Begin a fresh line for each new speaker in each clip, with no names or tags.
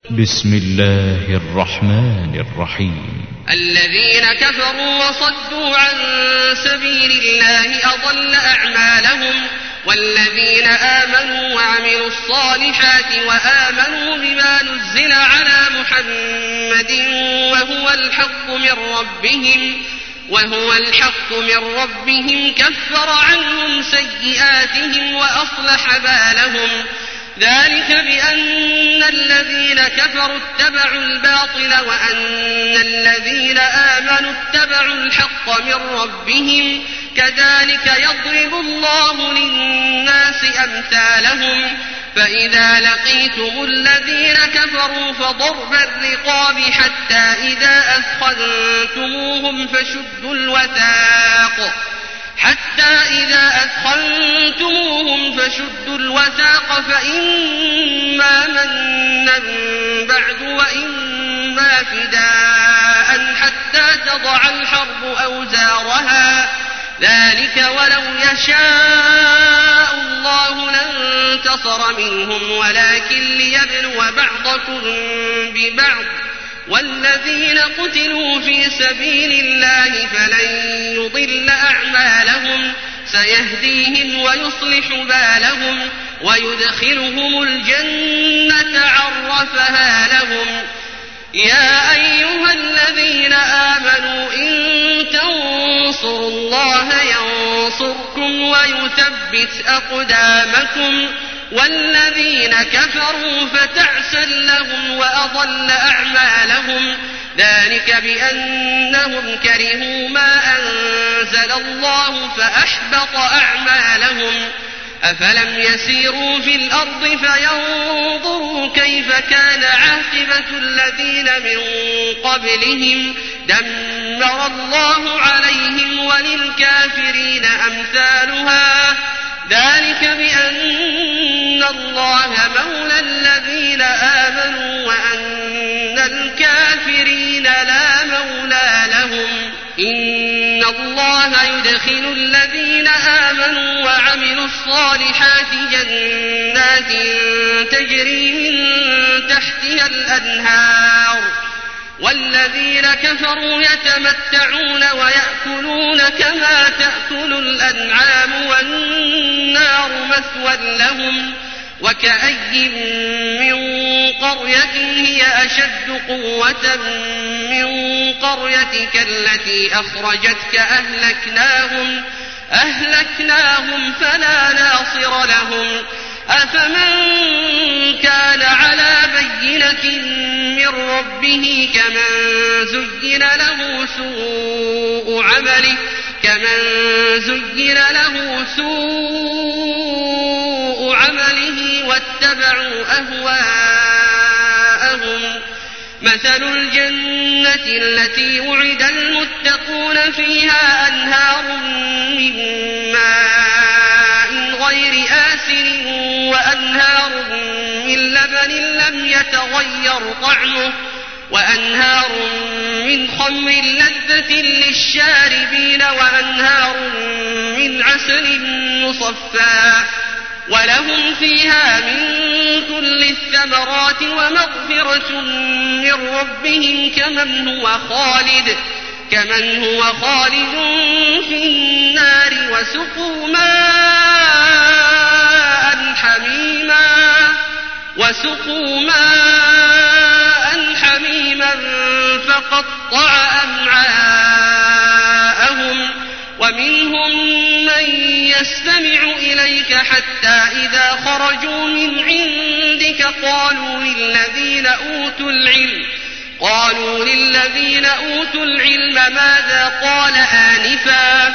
بسم الله الرحمن الرحيم.
الذين كفروا وصدوا عن سبيل الله أضل أعمالهم، والذين آمنوا وعملوا الصالحات وآمنوا بما نزل على محمد وهو الحق من ربهم كفر عنهم سيئاتهم وأصلح بالهم. ذلك بأن الذين كفروا اتبعوا الباطل وأن الذين آمنوا اتبعوا الحق من ربهم، كذلك يضرب الله للناس أمثالهم. فإذا لقيتم الذين كفروا فضرب الرقاب حتى إذا أثخنتموهم فشدوا الوثاق فإما منا بعد وإما فداء حتى تضع الحرب أوزارها. ذلك ولو يشاء الله لانتصر منهم ولكن ليبلو بعضكم ببعض. والذين قتلوا في سبيل الله فلن يضل أعمالهم، سيهديهم ويصلح بالهم ويدخلهم الجنة عرفها لهم. يا أيها الذين آمنوا إن تنصروا الله ينصركم ويثبت أقدامكم. والذين كفروا فتعسا لهم وأضل أعمالهم. ذلك بأنهم كرهوا ما أنزل الله فأحبط أعمالهم. أفلم يسيروا في الأرض فينظروا كيف كان عاقبة الذين من قبلهم، دمر الله عليهم وللكافرين أمثالها. ذلك بأن الله مولى الذين آمنوا وأن الكافرين لا مولى لهم. إن الله يدخل الذين آمنوا وعملوا الصالحات جنات تجري من تحتها الأنهار، والذين كفروا يتمتعون ويأكلون كما تأكل الأنعام والنار مثوى لهم. وكأي من قرية هي أشد قوة من قريتك التي أخرجتك أهلكناهم فلا ناصر لهم. أفمن كان على بينة من ربه كمن زين له سوء عمله واتبعوا أهواءهم. مثل الجنة التي وعد المتقون فيها أنهار من ماء غير آسن وأنهار من لبن لم يتغير طعمه وأنهار من خمر لذة للشاربين وأنهار من عسل مصفى ولهم فيها من كل الثمرات ومغفرة من ربهم كمن هو خالد في النار وسقوا ماء حميما فقطع أمعاءهم. ومنهم من يستمع إليك حتى إذا خرجوا من عندك قالوا للذين أوتوا العلم ماذا قال آنفا.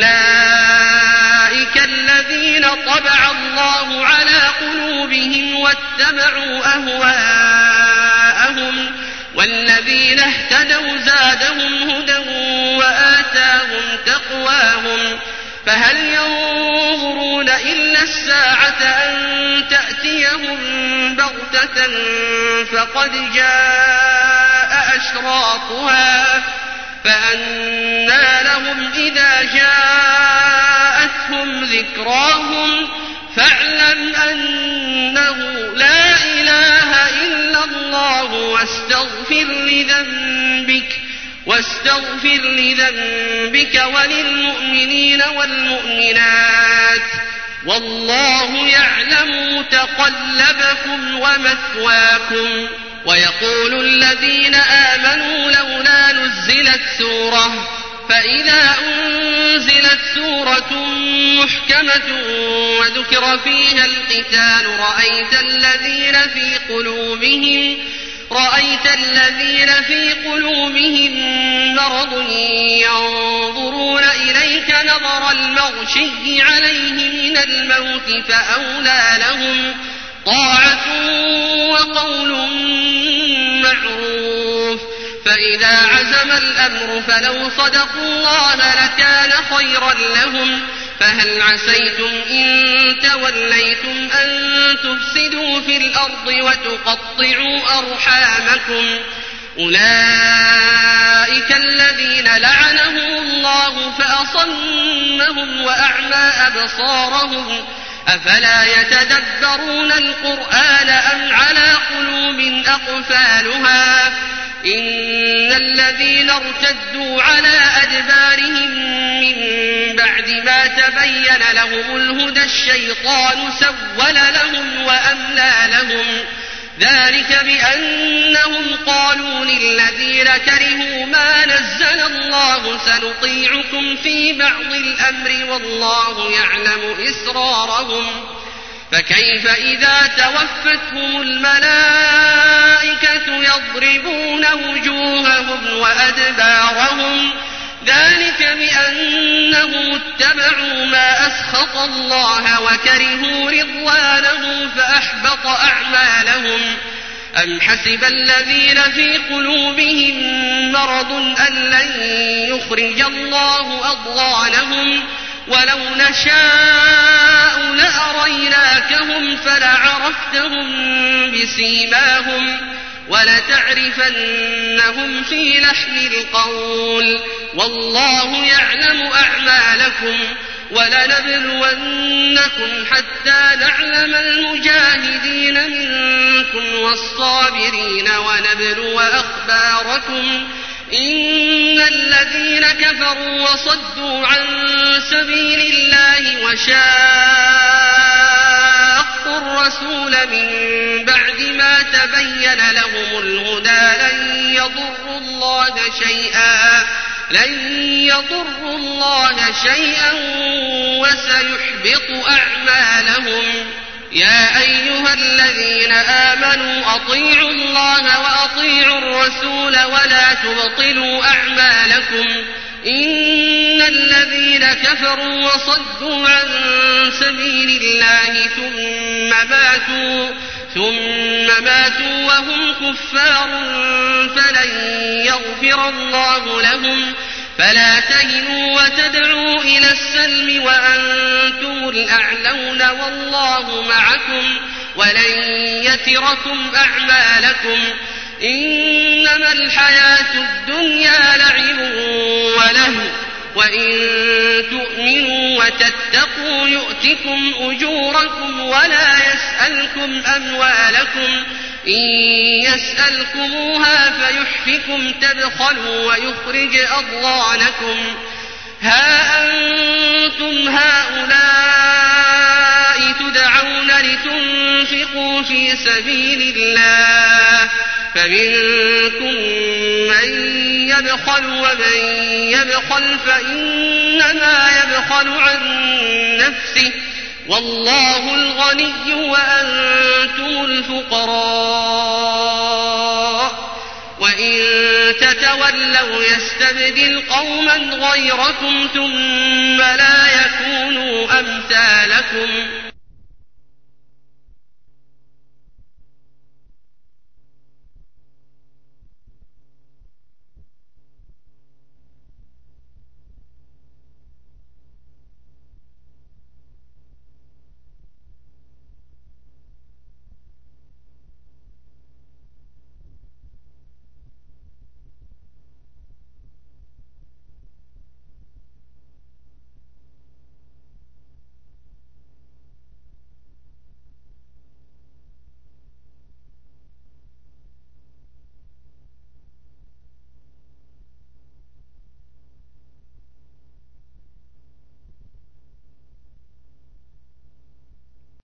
أولئك الذين طبع الله على قلوبهم واتبعوا أهواءهم. والذين اهتدوا زادهم هدى وآتاهم تقواهم. فهل ينظرون إلا الساعة أن تأتيهم بغتة فقد جاء أشراطها فأنى لهم إذا جاءتهم ذكراهم. فاعلم أنه لا إله إلا الله واستغفر لذنبك وللمؤمنين والمؤمنات والله يعلم متقلبكم ومثواكم. ويقول الذين آمنوا لولا نزلت سورة، فإذا أنزلت سورة محكمة وذكر فيها القتال رأيت الذين في قلوبهم مرض ينظرون إليك نظر المغشي عليه من الموت فأولى لهم طاعة وقول معروف. فإذا عزم الأمر فلو صدقوا الله لكان خيرا لهم. فهل عسيتم إن توليتم أن تفسدوا في الأرض وتقطعوا أرحامكم؟ أولئك الذين لعنهم الله فأصمهم وأعمى أبصارهم. أفلا يتدبرون القرآن أم على قلوب أقفالها؟ إن الذين ارتدوا على أدبارهم من بعد ما تبين لهم الهدى الشيطان سول لهم وأملى لهم. ذلك بأنهم قالوا للذين كرهوا ما نزل الله سنطيعكم في بعض الأمر والله يعلم إسرارهم. فكيف إذا توفتهم الملائكة يضربون وجوههم وأدبارهم؟ ذلك بأنهم اتبعوا ما أسخط الله وكرهوا رضوانه فأحبط أعمالهم. أم حسب الذين في قلوبهم مرض أن لن يخرج الله أضغانهم؟ ولو نشاء لأريناكهم فلعرفتهم بسيماهم ولتعرفنهم في لحن القول والله يعلم أعمالكم. ولنبلونكم حتى نعلم المجاهدين منكم والصابرين ونبلو أخباركم. إن الذين كفروا وصدوا عن سبيل الله وشاقوا الرسول من بعد ما تبين لهم الهدى لن يضروا الله شيئا وسيحبط أعمالهم. يا أيها الذين آمنوا أطيعوا الله وأطيعوا الرسول ولا تبطلوا أعمالكم. إن الذين كفروا وصدوا عن سبيل الله ثم ماتوا وهم كفار فلن يغفر الله لهم. فلا تهنوا وتدعوا إلى السلم وأنتم الأعلون والله معكم ولن يتركم أعمالكم. إنما الحياة الدنيا لعب ولهو وإن تؤمنوا وتتقوا يؤتكم أجوركم ولا يسألكم أموالكم. إن يسألكموها فيحفكم تبخلوا ويخرج أضغانكم. ها أنتم هؤلاء تدعون لتنفقوا في سبيل الله فمنكم من يبخل ومن يبخل فإنما يبخل عن نفسه والله الغني وأنتم الفقراء. وإن تتولوا يستبدل قوما غيركم ثم لا يكونوا أمثالكم.